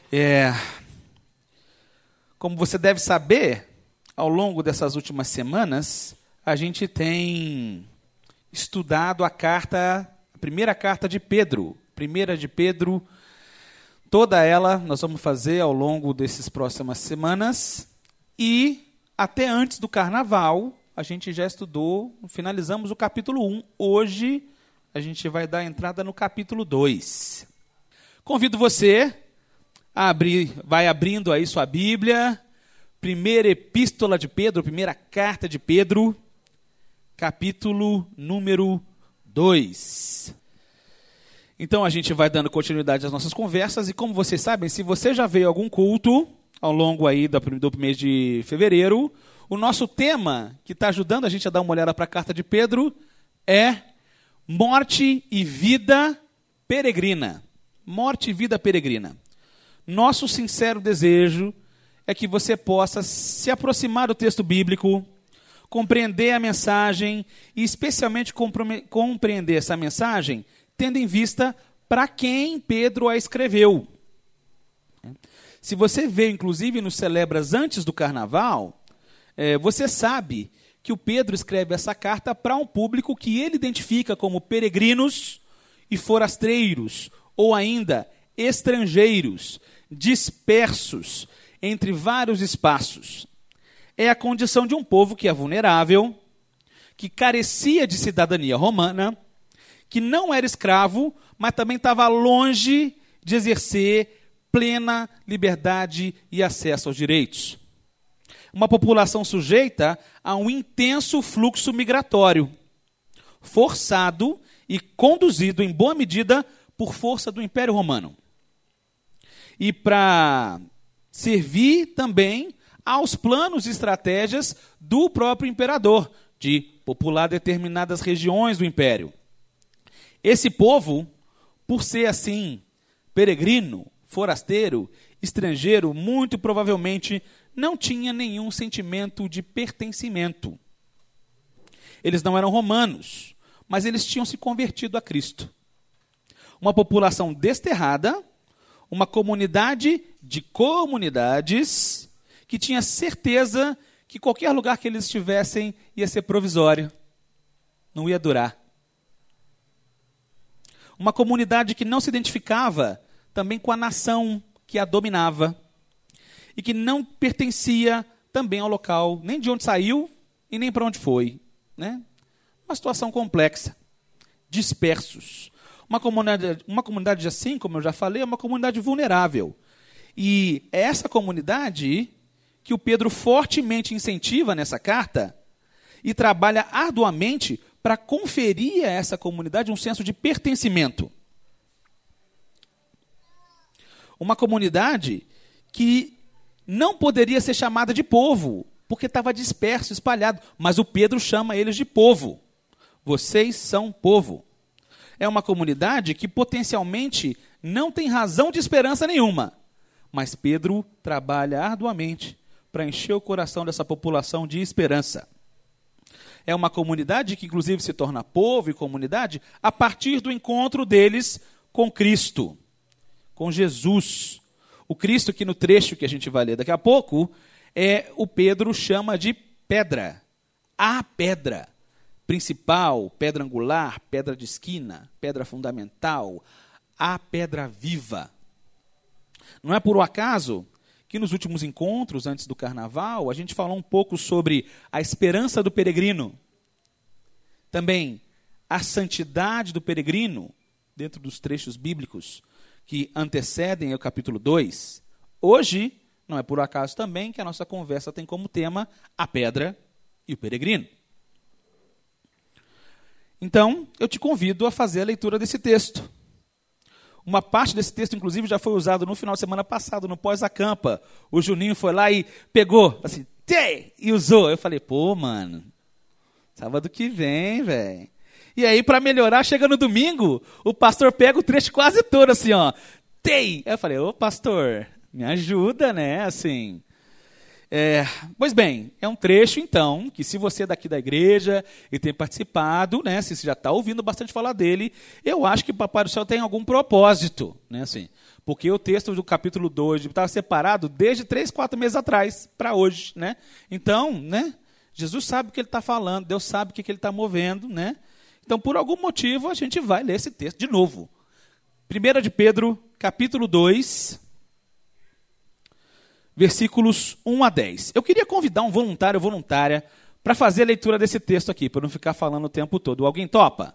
Como você deve saber, ao longo dessas últimas semanas, a gente tem estudado a primeira carta de Pedro, toda ela nós vamos fazer ao longo dessas próximas semanas, e até antes do Carnaval, a gente já estudou, finalizamos o capítulo 1, hoje a gente vai dar entrada no capítulo 2. Convido você a vai abrindo aí sua Bíblia, primeira epístola de Pedro, primeira carta de Pedro, capítulo número 2. Então a gente vai dando continuidade às nossas conversas, e como vocês sabem, se você já veio a algum culto ao longo aí do mês de fevereiro, o nosso tema, que está ajudando a gente a dar uma olhada para a carta de Pedro, é morte e vida peregrina. Morte e vida peregrina. Nosso sincero desejo é que você possa se aproximar do texto bíblico, compreender a mensagem e especialmente compreender essa mensagem tendo em vista para quem Pedro a escreveu. Se você vê, inclusive, nos Celebras antes do Carnaval, você sabe que o Pedro escreve essa carta para um público que ele identifica como peregrinos e forasteiros, ou ainda estrangeiros, dispersos entre vários espaços. É a condição de um povo que é vulnerável, que carecia de cidadania romana, que não era escravo, mas também estava longe de exercer plena liberdade e acesso aos direitos. Uma população sujeita a um intenso fluxo migratório, forçado e conduzido em boa medida por força do Império Romano. E para servir também aos planos e estratégias do próprio imperador, de popular determinadas regiões do Império. Esse povo, por ser assim, peregrino, forasteiro, estrangeiro, muito provavelmente não tinha nenhum sentimento de pertencimento. Eles não eram romanos, mas eles tinham se convertido a Cristo. Uma população desterrada, uma comunidade de comunidades que tinha certeza que qualquer lugar que eles estivessem ia ser provisório, não ia durar. Uma comunidade que não se identificava também com a nação que a dominava e que não pertencia também ao local, nem de onde saiu e nem para onde foi. Né? Uma situação complexa, dispersos. Uma comunidade assim, como eu já falei, é uma comunidade vulnerável. E é essa comunidade que o Pedro fortemente incentiva nessa carta e trabalha arduamente para conferir a essa comunidade um senso de pertencimento. Uma comunidade que não poderia ser chamada de povo, porque estava disperso, espalhado, mas o Pedro chama eles de povo. Vocês são povo. É uma comunidade que potencialmente não tem razão de esperança nenhuma, mas Pedro trabalha arduamente para encher o coração dessa população de esperança. É uma comunidade que, inclusive, se torna povo e comunidade a partir do encontro deles com Cristo, com Jesus. O Cristo que no trecho que a gente vai ler daqui a pouco, o Pedro chama de pedra. A pedra principal, pedra angular, pedra de esquina, pedra fundamental, a pedra viva. Não é por um acaso que nos últimos encontros, antes do Carnaval, a gente falou um pouco sobre a esperança do peregrino. Também a santidade do peregrino, dentro dos trechos bíblicos que antecedem o capítulo 2. Hoje, não é por acaso também que a nossa conversa tem como tema a pedra e o peregrino. Então, eu te convido a fazer a leitura desse texto. Uma parte desse texto, inclusive, já foi usado no final de semana passado, no pós-acampa. O Juninho foi lá e pegou, assim, e usou. Eu falei, pô, mano, sábado que vem, velho. E aí, para melhorar, chega no domingo, o pastor pega o trecho quase todo, assim, ó. Aí eu falei, ô, pastor, me ajuda, né, assim. Pois bem, é um trecho, então, que se você é daqui da igreja e tem participado, né, se você já está ouvindo bastante falar dele, eu acho que o Papai do Céu tem algum propósito, né, assim. Porque o texto do capítulo 2 estava separado desde 3, 4 meses atrás para hoje, né? Então, né? Jesus sabe o que ele está falando, Deus sabe o que ele está movendo, né? Então, por algum motivo, a gente vai ler esse texto de novo. 1 de Pedro, capítulo 2, versículos 1 a 10. Eu queria convidar um voluntário ou voluntária para fazer a leitura desse texto aqui, para não ficar falando o tempo todo. Alguém topa?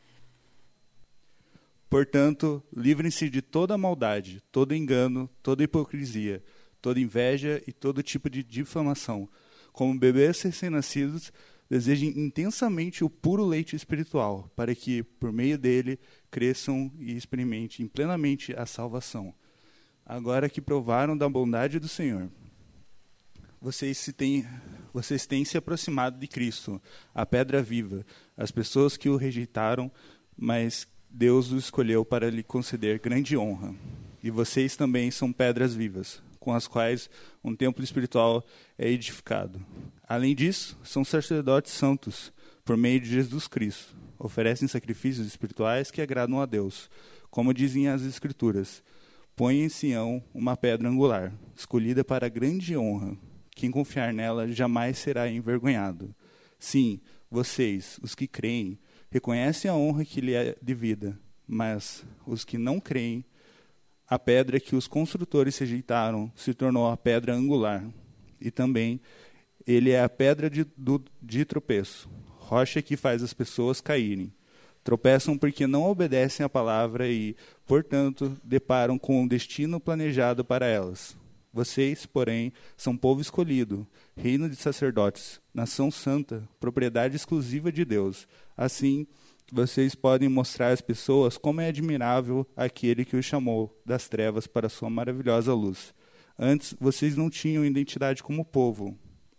Portanto, livrem-se de toda maldade, todo engano, toda hipocrisia, toda inveja e todo tipo de difamação. Como bebês recém-nascidos, desejem intensamente o puro leite espiritual, para que, por meio dele, cresçam e experimentem plenamente a salvação. Agora que provaram da bondade do Senhor, vocês têm se aproximado de Cristo, a pedra viva, as pessoas que o rejeitaram, mas Deus o escolheu para lhe conceder grande honra. E vocês também são pedras vivas, com as quais um templo espiritual é edificado. Além disso, são sacerdotes santos, por meio de Jesus Cristo. Oferecem sacrifícios espirituais que agradam a Deus. Como dizem as Escrituras, põe em Sião uma pedra angular, escolhida para grande honra. Quem confiar nela jamais será envergonhado. Sim, vocês, os que creem, reconhecem a honra que lhe é devida, mas os que não creem, a pedra que os construtores rejeitaram se tornou a pedra angular. E também ele é a pedra de tropeço, rocha que faz as pessoas caírem. Tropeçam porque não obedecem à palavra e, portanto, deparam com um destino planejado para elas. Vocês, porém, são povo escolhido, reino de sacerdotes, nação santa, propriedade exclusiva de Deus. Assim, vocês podem mostrar às pessoas como é admirável aquele que os chamou das trevas para a sua maravilhosa luz. Antes, vocês não tinham identidade como povo.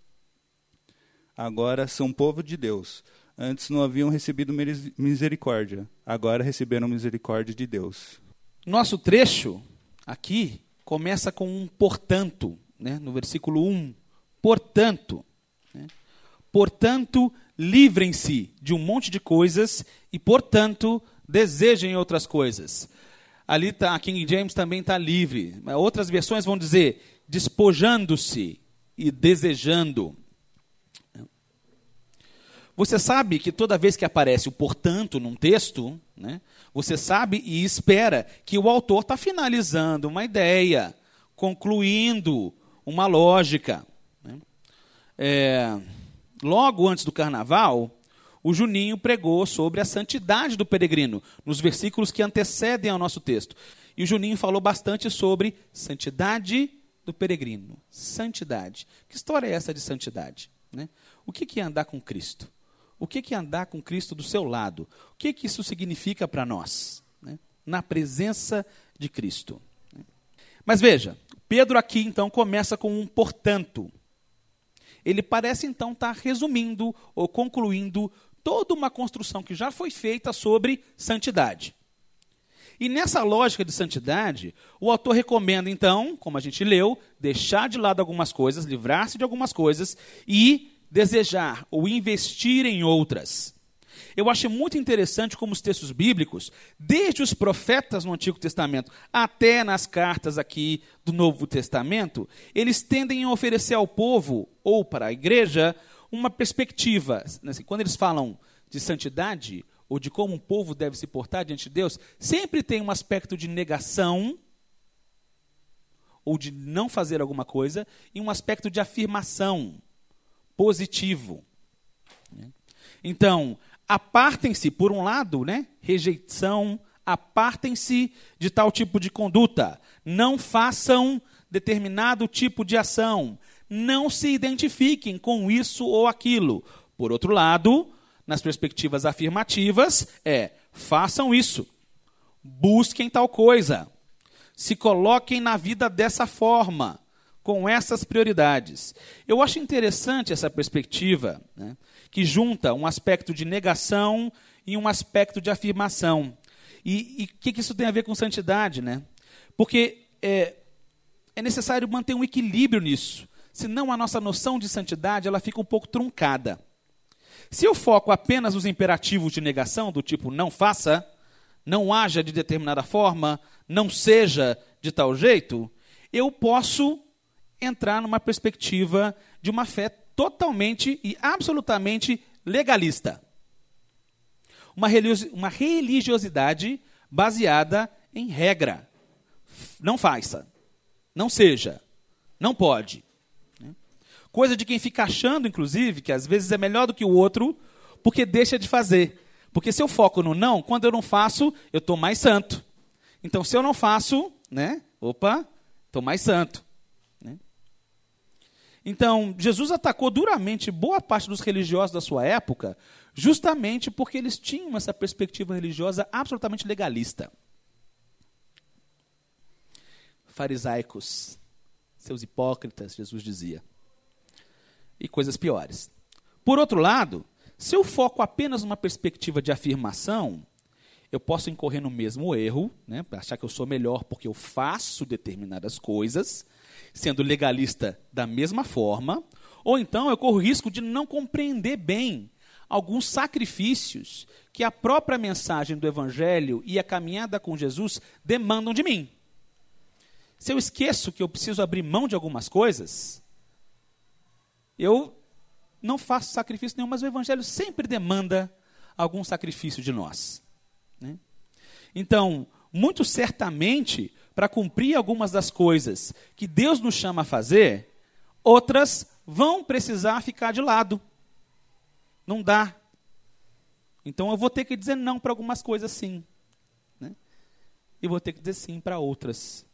Agora são povo de Deus. Antes não haviam recebido misericórdia. Agora receberam misericórdia de Deus. Nosso trecho aqui começa com um portanto, né? No versículo 1. Portanto, né? Portanto, livrem-se de um monte de coisas e, portanto, desejem outras coisas. Ali tá, a King James também está livre. Outras versões vão dizer despojando-se e desejando. Você sabe que toda vez que aparece o portanto num texto, né, você sabe e espera que o autor está finalizando uma ideia, concluindo uma lógica. Né? Logo antes do carnaval, o Juninho pregou sobre a santidade do peregrino, nos versículos que antecedem ao nosso texto. E o Juninho falou bastante sobre santidade do peregrino. Santidade. Que história é essa de santidade? Né? O que é andar com Cristo? O que é andar com Cristo do seu lado? O que isso significa para nós? Né? Na presença de Cristo. Mas veja, Pedro aqui então começa com um portanto. Ele parece então estar resumindo ou concluindo toda uma construção que já foi feita sobre santidade. E nessa lógica de santidade, o autor recomenda então, como a gente leu, deixar de lado algumas coisas, livrar-se de algumas coisas e desejar ou investir em outras. Eu acho muito interessante como os textos bíblicos, desde os profetas no Antigo Testamento até nas cartas aqui do Novo Testamento, eles tendem a oferecer ao povo, ou para a igreja, uma perspectiva. Assim, quando eles falam de santidade, ou de como um povo deve se portar diante de Deus, sempre tem um aspecto de negação, ou de não fazer alguma coisa, e um aspecto de afirmação positivo. Então, apartem-se, por um lado, né, rejeição, apartem-se de tal tipo de conduta, não façam determinado tipo de ação, não se identifiquem com isso ou aquilo. Por outro lado, nas perspectivas afirmativas, façam isso, busquem tal coisa, se coloquem na vida dessa forma, com essas prioridades. Eu acho interessante essa perspectiva, né, que junta um aspecto de negação e um aspecto de afirmação. E o que isso tem a ver com santidade? Né? Porque é necessário manter um equilíbrio nisso, senão a nossa noção de santidade ela fica um pouco truncada. Se eu foco apenas nos imperativos de negação, do tipo não faça, não haja de determinada forma, não seja de tal jeito, eu posso entrar numa perspectiva de uma fé totalmente e absolutamente legalista. Uma religiosidade baseada em regra. Não faça, não seja, não pode. Coisa de quem fica achando, inclusive, que às vezes é melhor do que o outro, porque deixa de fazer. Porque se eu foco no não, quando eu não faço, eu estou mais santo. Então, se eu não faço, estou mais santo. Então, Jesus atacou duramente boa parte dos religiosos da sua época, justamente porque eles tinham essa perspectiva religiosa absolutamente legalista. Farisaicos, seus hipócritas, Jesus dizia. E coisas piores. Por outro lado, se eu foco apenas numa perspectiva de afirmação, eu posso incorrer no mesmo erro, achar que eu sou melhor porque eu faço determinadas coisas, sendo legalista da mesma forma, ou então eu corro o risco de não compreender bem alguns sacrifícios que a própria mensagem do Evangelho e a caminhada com Jesus demandam de mim. Se eu esqueço que eu preciso abrir mão de algumas coisas, eu não faço sacrifício nenhum, mas o Evangelho sempre demanda algum sacrifício de nós. Então, muito certamente, para cumprir algumas das coisas que Deus nos chama a fazer, outras vão precisar ficar de lado. Não dá. Então, eu vou ter que dizer não para algumas coisas, sim. E vou ter que dizer sim para outras.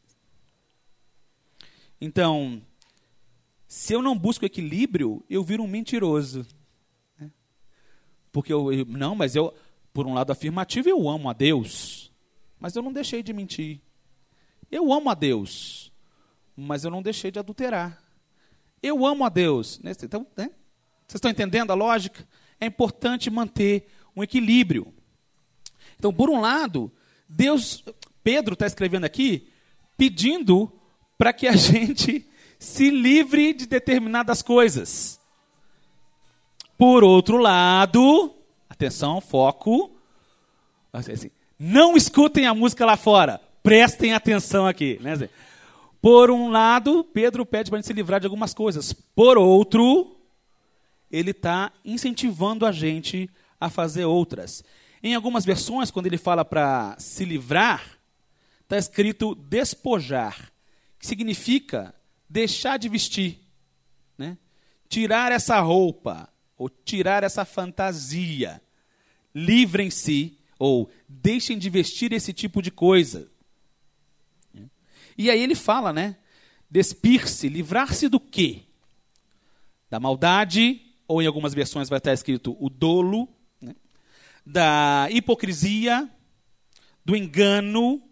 Então, se eu não busco equilíbrio, eu viro um mentiroso. Porque por um lado afirmativo, eu amo a Deus, mas eu não deixei de mentir. Eu amo a Deus, mas eu não deixei de adulterar. Eu amo a Deus. Então, vocês estão entendendo a lógica? É importante manter um equilíbrio. Então, por um lado, Pedro está escrevendo aqui, pedindo para que a gente se livre de determinadas coisas. Por outro lado, atenção, foco, assim, não escutem a música lá fora, prestem atenção aqui. Por um lado, Pedro pede para a gente se livrar de algumas coisas. Por outro, ele está incentivando a gente a fazer outras. Em algumas versões, quando ele fala para se livrar, está escrito despojar, que significa deixar de vestir, tirar essa roupa, ou tirar essa fantasia. Livrem-se, ou deixem de vestir esse tipo de coisa. E aí ele fala, despir-se, livrar-se do quê? Da maldade, ou em algumas versões vai estar escrito o dolo, da hipocrisia, do engano,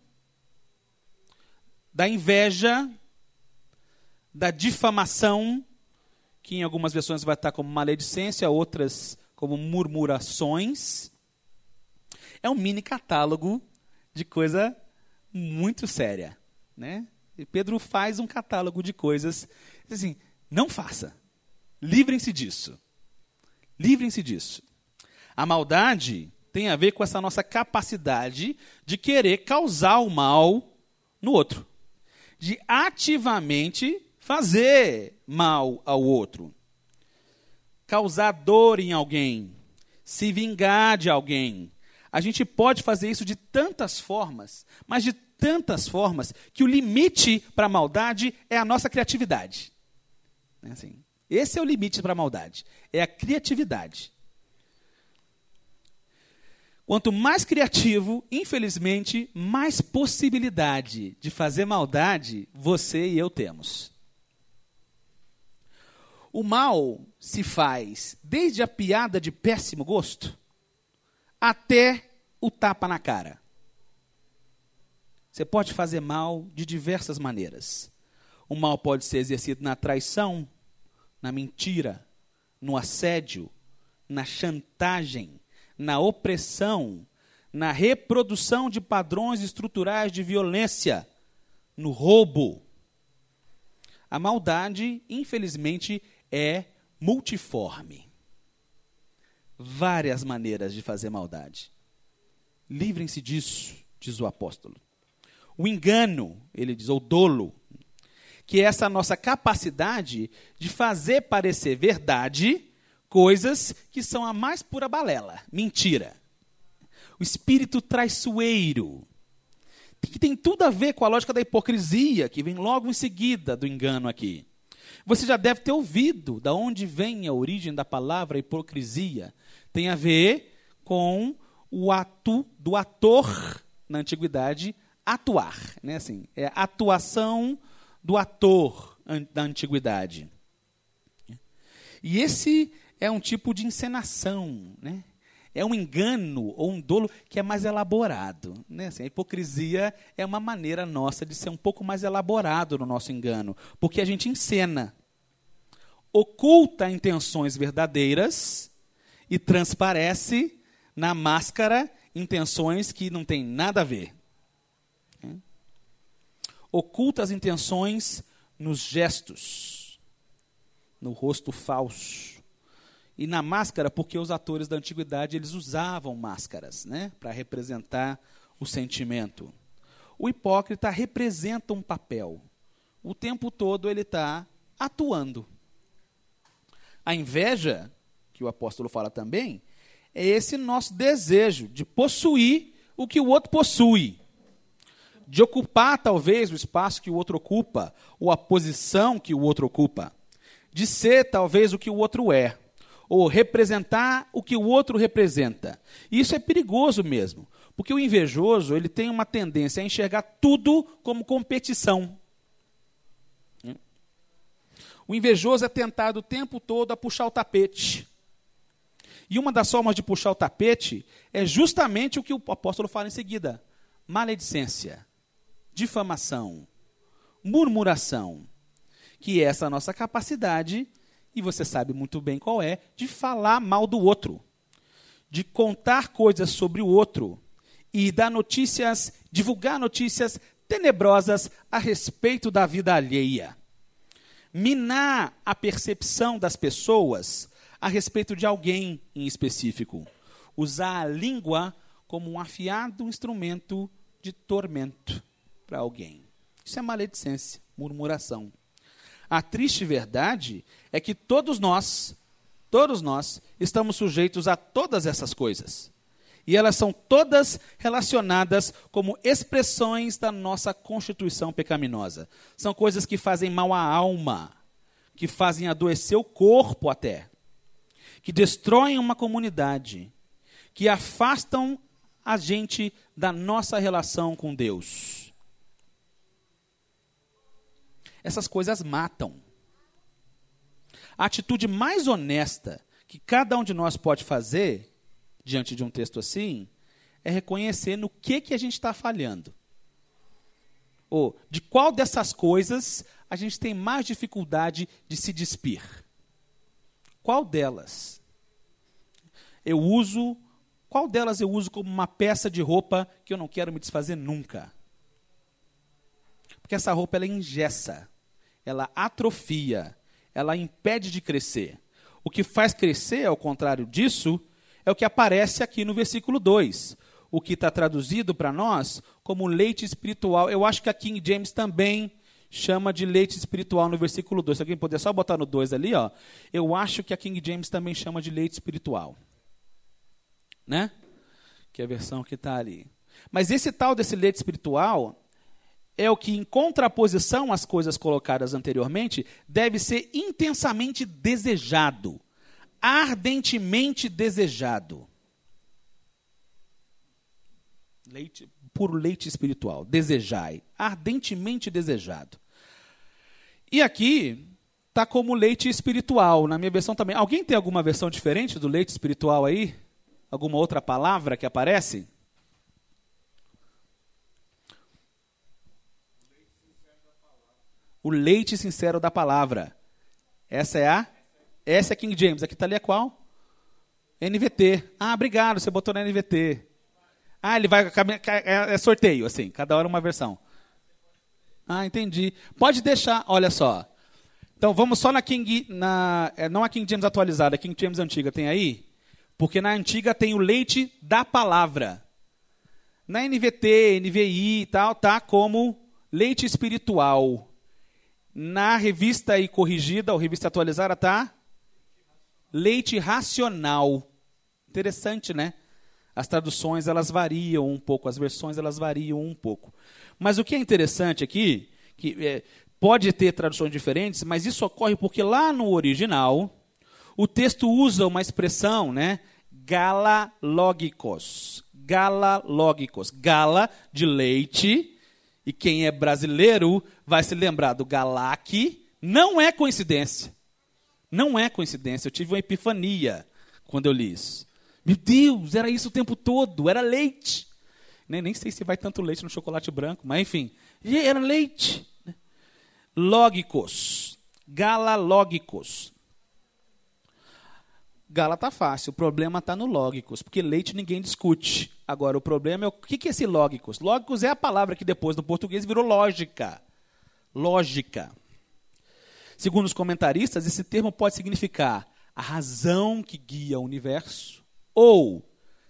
da inveja, da difamação, que em algumas versões vai estar como maledicência, outras como murmurações. É um mini catálogo de coisa muito séria. E Pedro faz um catálogo de coisas, assim, não faça. Livrem-se disso. Livrem-se disso. A maldade tem a ver com essa nossa capacidade de querer causar o mal no outro. De ativamente fazer mal ao outro. Causar dor em alguém. Se vingar de alguém. A gente pode fazer isso de tantas formas, mas de tantas formas, que o limite para a maldade é a nossa criatividade. Esse é o limite para a maldade. É a criatividade. Quanto mais criativo, infelizmente, mais possibilidade de fazer maldade você e eu temos. O mal se faz desde a piada de péssimo gosto até o tapa na cara. Você pode fazer mal de diversas maneiras. O mal pode ser exercido na traição, na mentira, no assédio, na chantagem, na opressão, na reprodução de padrões estruturais de violência, no roubo. A maldade, infelizmente, é multiforme. Várias maneiras de fazer maldade. Livrem-se disso, diz o apóstolo. O engano, ele diz, ou dolo, que é essa nossa capacidade de fazer parecer verdade coisas que são a mais pura balela, mentira. O espírito traiçoeiro, que tem tudo a ver com a lógica da hipocrisia, que vem logo em seguida do engano aqui. Você já deve ter ouvido de onde vem a origem da palavra hipocrisia. Tem a ver com o ato do ator, na antiguidade, atuar. Né? Assim, é a atuação do ator da antiguidade. E esse é um tipo de encenação, né? É um engano ou um dolo que é mais elaborado. Né? Assim, a hipocrisia é uma maneira nossa de ser um pouco mais elaborado no nosso engano, porque a gente encena, oculta intenções verdadeiras e transparece na máscara intenções que não têm nada a ver. Oculta as intenções nos gestos, no rosto falso. E na máscara, porque os atores da antiguidade eles usavam máscaras, né, para representar o sentimento. O hipócrita representa um papel. O tempo todo ele está atuando. A inveja, que o apóstolo fala também, é esse nosso desejo de possuir o que o outro possui. De ocupar, talvez, o espaço que o outro ocupa, ou a posição que o outro ocupa. De ser, talvez, o que o outro é. Ou representar o que o outro representa. E isso é perigoso mesmo, porque o invejoso ele tem uma tendência a enxergar tudo como competição. O invejoso é tentado o tempo todo a puxar o tapete. E uma das formas de puxar o tapete é justamente o que o apóstolo fala em seguida. Maledicência, difamação, murmuração, que é essa nossa capacidade, e você sabe muito bem qual é, de falar mal do outro, de contar coisas sobre o outro e dar notícias, divulgar notícias tenebrosas a respeito da vida alheia. Minar a percepção das pessoas a respeito de alguém em específico. Usar a língua como um afiado instrumento de tormento para alguém. Isso é maledicência, murmuração. A triste verdade é que todos nós estamos sujeitos a todas essas coisas. E elas são todas relacionadas como expressões da nossa constituição pecaminosa. São coisas que fazem mal à alma, que fazem adoecer o corpo até, que destroem uma comunidade, que afastam a gente da nossa relação com Deus. Essas coisas matam. A atitude mais honesta que cada um de nós pode fazer diante de um texto assim, é reconhecer no que a gente está falhando. Ou de qual dessas coisas a gente tem mais dificuldade de se despir. Qual delas? Qual delas eu uso como uma peça de roupa que eu não quero me desfazer nunca? Porque essa roupa ela engessa, ela atrofia, ela impede de crescer. O que faz crescer, ao contrário disso, é o que aparece aqui no versículo 2. O que está traduzido para nós como leite espiritual. Eu acho que a King James também chama de leite espiritual no versículo 2. Se alguém puder só botar no 2 ali, ó. Eu acho que a King James também chama de leite espiritual. Né? Que é a versão que está ali. Mas esse tal desse leite espiritual é o que, em contraposição às coisas colocadas anteriormente, deve ser intensamente desejado. Ardentemente desejado. Puro leite espiritual. Desejai. Ardentemente desejado. E aqui está como leite espiritual. Na minha versão também. Alguém tem alguma versão diferente do leite espiritual aí? Alguma outra palavra que aparece? O leite sincero da palavra. Essa é King James. Aqui está ali a qual? NVT. Ah, obrigado, você botou na NVT. Ah, ele vai... É sorteio, assim. Cada hora uma versão. Ah, entendi. Pode deixar, olha só. Então, vamos só não a King James atualizada, a King James antiga. Tem aí? Porque na antiga tem o leite da palavra. Na NVT, NVI e tal, tá como leite espiritual. Na revista aí corrigida, ou revista atualizada, tá leite racional. Interessante, né? As traduções, elas variam um pouco, as versões, elas variam um pouco. Mas o que é interessante aqui, que pode ter traduções diferentes, mas isso ocorre porque lá no original, o texto usa uma expressão, né? Galalógicos. Galalógicos. Gala, de leite, e quem é brasileiro vai se lembrar do Galac. Não é coincidência. Não é coincidência. Eu tive uma epifania quando eu li isso. Meu Deus, era isso o tempo todo, era leite. Nem sei se vai tanto leite no chocolate branco, mas enfim, era leite. Lógicos, galalógicos. Gala está fácil, o problema está no lógicos, porque leite ninguém discute. Agora, o problema é o que é esse lógicos? Lógicos é a palavra que depois no português virou lógica. Lógica. Segundo os comentaristas, esse termo pode significar a razão que guia o universo, ou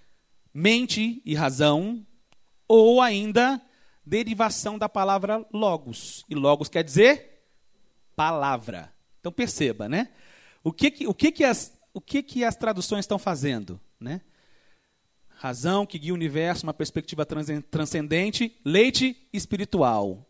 mente e razão, ou ainda derivação da palavra logos. E logos quer dizer palavra. Então perceba, né? O que as traduções estão fazendo, né? Razão que guia o universo, uma perspectiva transcendente, leite espiritual.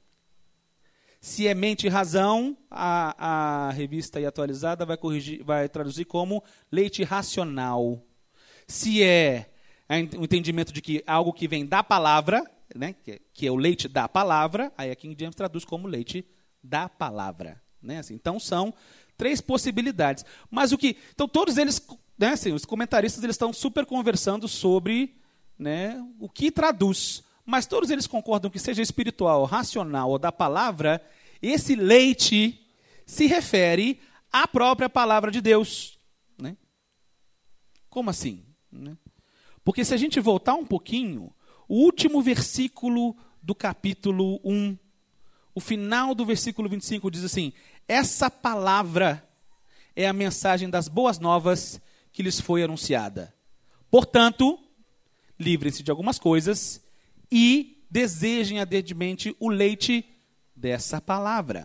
Se é mente e razão, a revista aí atualizada vai traduzir como leite racional. Se é o entendimento de que algo que vem da palavra, né, que é o leite da palavra, aí a King James traduz como leite da palavra. Né, assim, então, são 3 possibilidades. Mas então, todos eles, né, assim, os comentaristas, eles estão super conversando sobre, né, o que traduz. Mas todos eles concordam que seja espiritual, racional ou da palavra, esse leite se refere à própria palavra de Deus. Né? Como assim? Né? Porque se a gente voltar um pouquinho, o último versículo do capítulo 1, o final do versículo 25 diz assim: essa palavra é a mensagem das boas novas que lhes foi anunciada. Portanto, livrem-se de algumas coisas e desejem ardentemente o leite dessa palavra.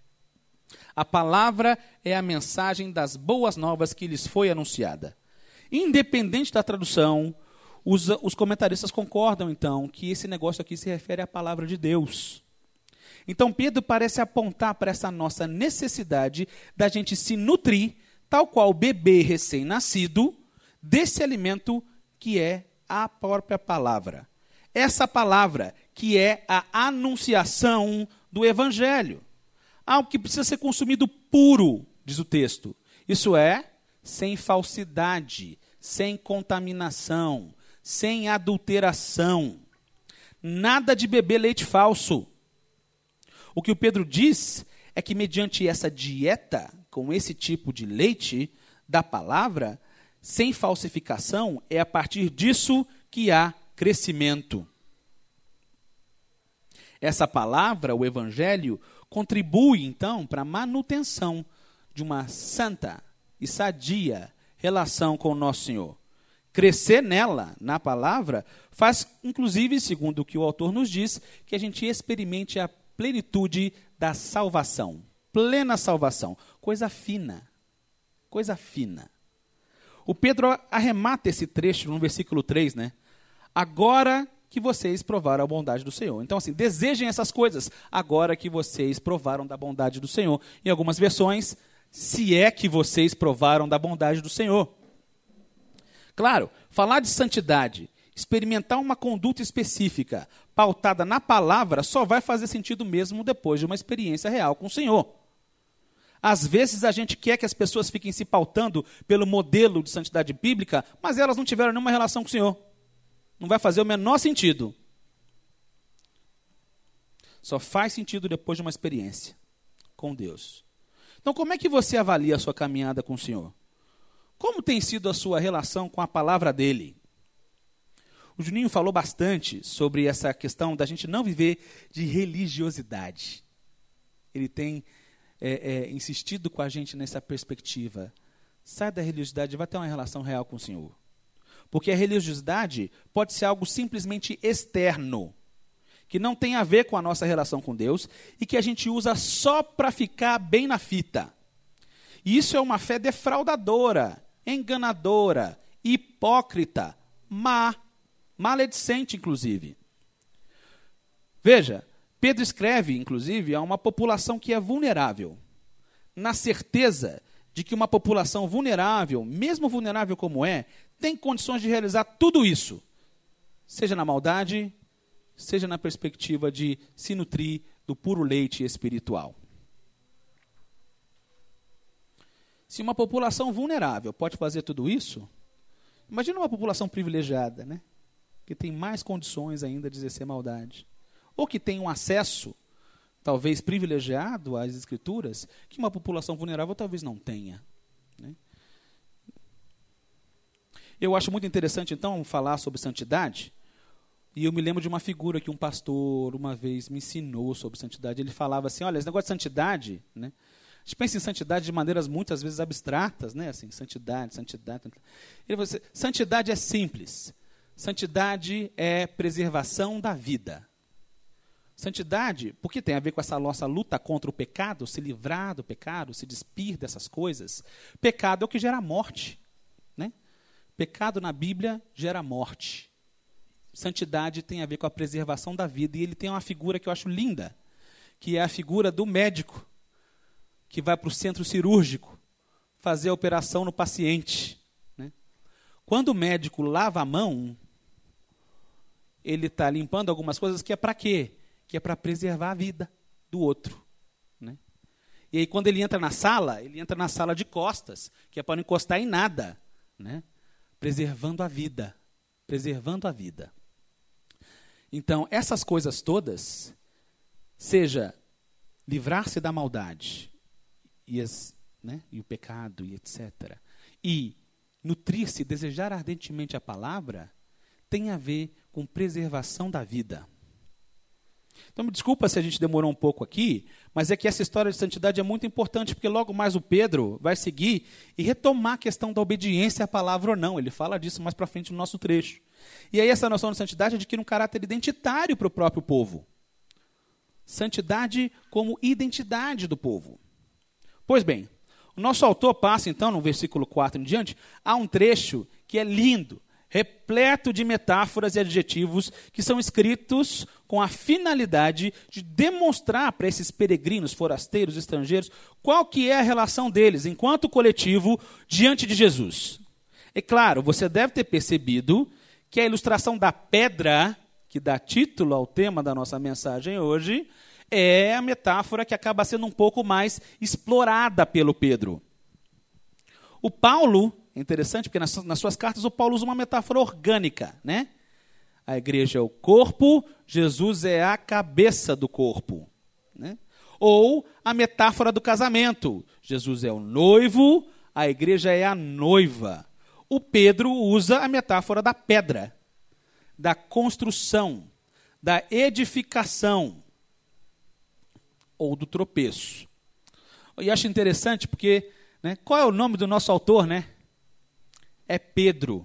A palavra é a mensagem das boas novas que lhes foi anunciada. Independente da tradução, os comentaristas concordam, então, que esse negócio aqui se refere à palavra de Deus. Então, Pedro parece apontar para essa nossa necessidade da gente se nutrir, tal qual o bebê recém-nascido, desse alimento que é a própria palavra. Essa palavra que é a anunciação do Evangelho. Algo que precisa ser consumido puro, diz o texto. Isso é, sem falsidade, sem contaminação, sem adulteração. Nada de beber leite falso. O que o Pedro diz é que mediante essa dieta, com esse tipo de leite da palavra, sem falsificação, é a partir disso que há crescimento. Essa palavra, o Evangelho, contribui, então, para a manutenção de uma santa e sadia relação com o nosso Senhor. Crescer nela, na palavra, faz, inclusive, segundo o que o autor nos diz, que a gente experimente a plenitude da salvação. Plena salvação. Coisa fina. Coisa fina. O Pedro arremata esse trecho no versículo 3, né? Agora que vocês provaram a bondade do Senhor. Então, assim, desejem essas coisas, agora que vocês provaram da bondade do Senhor. Em algumas versões, se é que vocês provaram da bondade do Senhor. Claro, falar de santidade, experimentar uma conduta específica, pautada na palavra, só vai fazer sentido mesmo depois de uma experiência real com o Senhor. Às vezes a gente quer que as pessoas fiquem se pautando pelo modelo de santidade bíblica, mas elas não tiveram nenhuma relação com o Senhor. Não vai fazer o menor sentido. Só faz sentido depois de uma experiência com Deus. Então, como é que você avalia a sua caminhada com o Senhor? Como tem sido a sua relação com a palavra dele? O Juninho falou bastante sobre essa questão da gente não viver de religiosidade. Ele tem insistido com a gente nessa perspectiva. Sai da religiosidade e vai ter uma relação real com o Senhor. Porque a religiosidade pode ser algo simplesmente externo, que não tem a ver com a nossa relação com Deus e que a gente usa só para ficar bem na fita. E isso é uma fé defraudadora, enganadora, hipócrita, maledicente, inclusive. Veja, Pedro escreve, inclusive, a uma população que é vulnerável, na certeza de que uma população vulnerável, mesmo vulnerável como é, tem condições de realizar tudo isso, seja na maldade, seja na perspectiva de se nutrir do puro leite espiritual. Se uma população vulnerável pode fazer tudo isso, imagina uma população privilegiada, né? Que tem mais condições ainda de exercer maldade. Ou que tem um acesso, talvez privilegiado, às Escrituras, que uma população vulnerável talvez não tenha. Né? Eu acho muito interessante, então, falar sobre santidade. E eu me lembro de uma figura que um pastor uma vez me ensinou sobre santidade. Ele falava assim, olha, esse negócio de santidade, né? A gente pensa em santidade de maneiras muitas vezes abstratas, né? Assim, santidade. Ele falou assim, santidade é simples. Santidade é preservação da vida. Santidade, porque tem a ver com essa nossa luta contra o pecado, se livrar do pecado, se despir dessas coisas. Pecado é o que gera morte, né? Pecado na Bíblia gera morte. Santidade tem a ver com a preservação da vida. E ele tem uma figura que eu acho linda, que é a figura do médico, que vai para o centro cirúrgico fazer a operação no paciente. Né? Quando o médico lava a mão, ele está limpando algumas coisas que é para quê? Que é para preservar a vida do outro. Né? E aí quando ele entra na sala de costas, que é para não encostar em nada. Né? Preservando a vida. Preservando a vida. Então, essas coisas todas, seja livrar-se da maldade, e o pecado, e etc., e nutrir-se, desejar ardentemente a palavra, tem a ver com preservação da vida. Então, me desculpa se a gente demorou um pouco aqui, mas é que essa história de santidade é muito importante, porque logo mais o Pedro vai seguir e retomar a questão da obediência à palavra ou não. Ele fala disso mais para frente no nosso trecho. E aí essa noção de santidade adquire um caráter identitário para o próprio povo. Santidade como identidade do povo. Pois bem, o nosso autor passa, então, no versículo 4 em diante, a um trecho que é lindo, repleto de metáforas e adjetivos que são escritos com a finalidade de demonstrar para esses peregrinos, forasteiros, estrangeiros, qual que é a relação deles, enquanto coletivo, diante de Jesus. É claro, você deve ter percebido que a ilustração da pedra, que dá título ao tema da nossa mensagem hoje, é a metáfora que acaba sendo um pouco mais explorada pelo Pedro. O Paulo, é interessante, porque nas suas cartas o Paulo usa uma metáfora orgânica, né? A igreja é o corpo, Jesus é a cabeça do corpo. Né? Ou a metáfora do casamento. Jesus é o noivo, a igreja é a noiva. O Pedro usa a metáfora da pedra, da construção, da edificação ou do tropeço. E acho interessante porque, né, qual é o nome do nosso autor, né? É Pedro.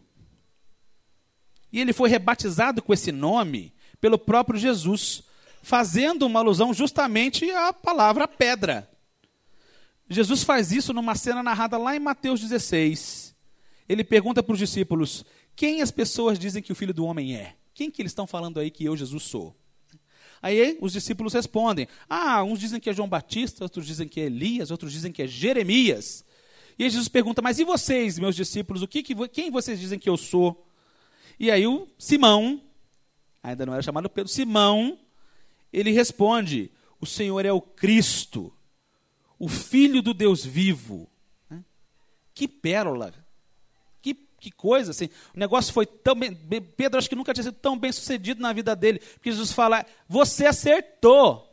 E ele foi rebatizado com esse nome pelo próprio Jesus, fazendo uma alusão justamente à palavra pedra. Jesus faz isso numa cena narrada lá em Mateus 16. Ele pergunta para os discípulos, quem as pessoas dizem que o Filho do Homem é? Quem que eles estão falando aí que eu, Jesus, sou? Aí os discípulos respondem, uns dizem que é João Batista, outros dizem que é Elias, outros dizem que é Jeremias. E aí Jesus pergunta, mas e vocês, meus discípulos, quem vocês dizem que eu sou? E aí o Simão, ainda não era chamado Pedro, Simão, ele responde, o Senhor é o Cristo, o Filho do Deus vivo. Que pérola! Que coisa, assim, o negócio foi tão bem, Pedro acho que nunca tinha sido tão bem sucedido na vida dele, porque Jesus fala, você acertou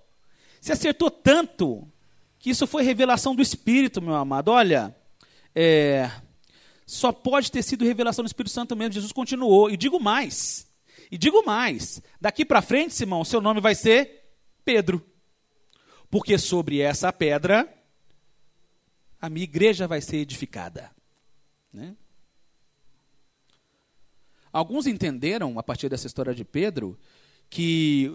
tanto, que isso foi revelação do Espírito, meu amado, olha, só pode ter sido revelação do Espírito Santo mesmo, Jesus continuou, e digo mais, daqui para frente, Simão, seu nome vai ser Pedro, porque sobre essa pedra, a minha igreja vai ser edificada, né? Alguns entenderam, a partir dessa história de Pedro, que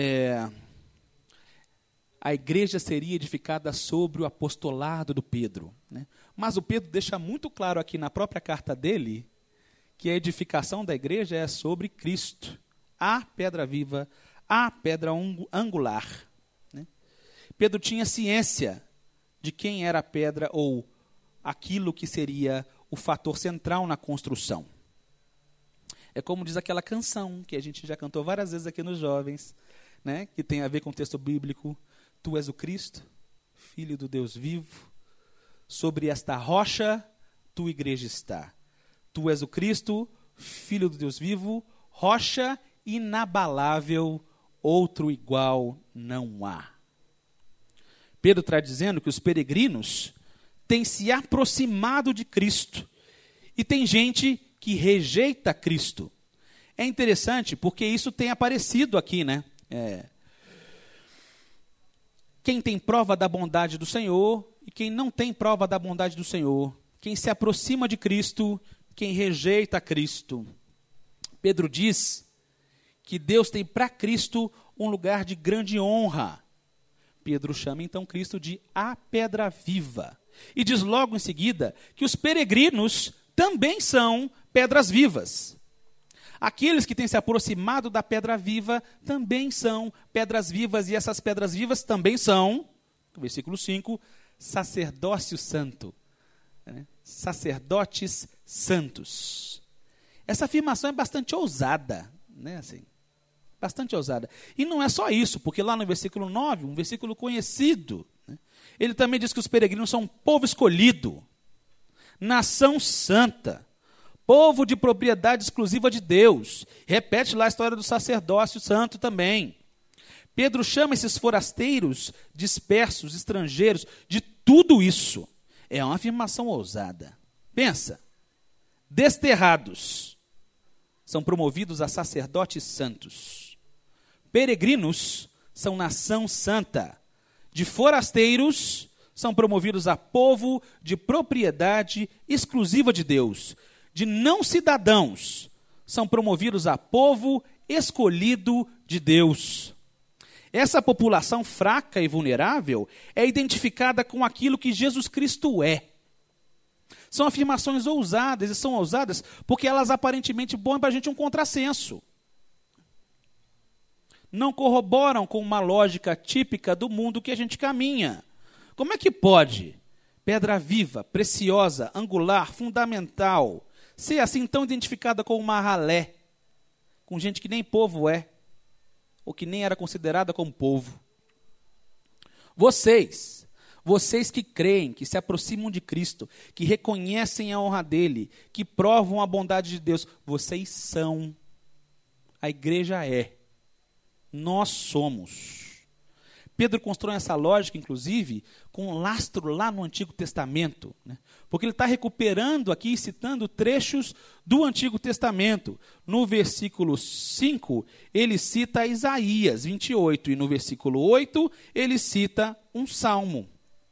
a igreja seria edificada sobre o apostolado do Pedro, né? Mas o Pedro deixa muito claro aqui na própria carta dele que a edificação da igreja é sobre Cristo, a pedra viva, a pedra angular, né? Pedro tinha ciência de quem era a pedra ou aquilo que seria o fator central na construção. É como diz aquela canção que a gente já cantou várias vezes aqui nos jovens, né? Que tem a ver com o texto bíblico. Tu és o Cristo, Filho do Deus vivo, sobre esta rocha tua igreja está. Tu és o Cristo, Filho do Deus vivo, rocha inabalável, outro igual não há. Pedro está dizendo que os peregrinos têm se aproximado de Cristo e tem gente que rejeita Cristo. É interessante porque isso tem aparecido aqui, né? Quem tem prova da bondade do Senhor e quem não tem prova da bondade do Senhor. Quem se aproxima de Cristo, quem rejeita Cristo. Pedro diz que Deus tem para Cristo um lugar de grande honra. Pedro chama então Cristo de a pedra viva. E diz logo em seguida que os peregrinos também são pedras vivas. Aqueles que têm se aproximado da pedra viva também são pedras vivas, e essas pedras vivas também são, versículo 5, sacerdócio santo. Né? Sacerdotes santos. Essa afirmação é bastante ousada, né? Assim, bastante ousada. E não é só isso, porque lá no versículo 9, um versículo conhecido, né? Ele também diz que os peregrinos são um povo escolhido, nação santa, povo de propriedade exclusiva de Deus. Repete lá a história do sacerdócio santo também. Pedro chama esses forasteiros, dispersos, estrangeiros, de tudo isso. É uma afirmação ousada. Pensa, desterrados são promovidos a sacerdotes santos. Peregrinos são nação santa. De forasteiros são promovidos a povo de propriedade exclusiva de Deus. De não cidadãos, são promovidos a povo escolhido de Deus. Essa população fraca e vulnerável é identificada com aquilo que Jesus Cristo é. São afirmações ousadas, e são ousadas porque elas aparentemente põem para a gente um contrassenso. Não corroboram com uma lógica típica do mundo que a gente caminha. Como é que pode pedra viva, preciosa, angular, fundamental, ser assim tão identificada com uma ralé, com gente que nem povo é, ou que nem era considerada como povo? Vocês que creem, que se aproximam de Cristo, que reconhecem a honra dele, que provam a bondade de Deus, vocês são, a igreja é, nós somos. Pedro constrói essa lógica, inclusive, com um lastro lá no Antigo Testamento, né? Porque ele está recuperando aqui, citando trechos do Antigo Testamento. No versículo 5, ele cita Isaías 28, e no versículo 8, ele cita um salmo.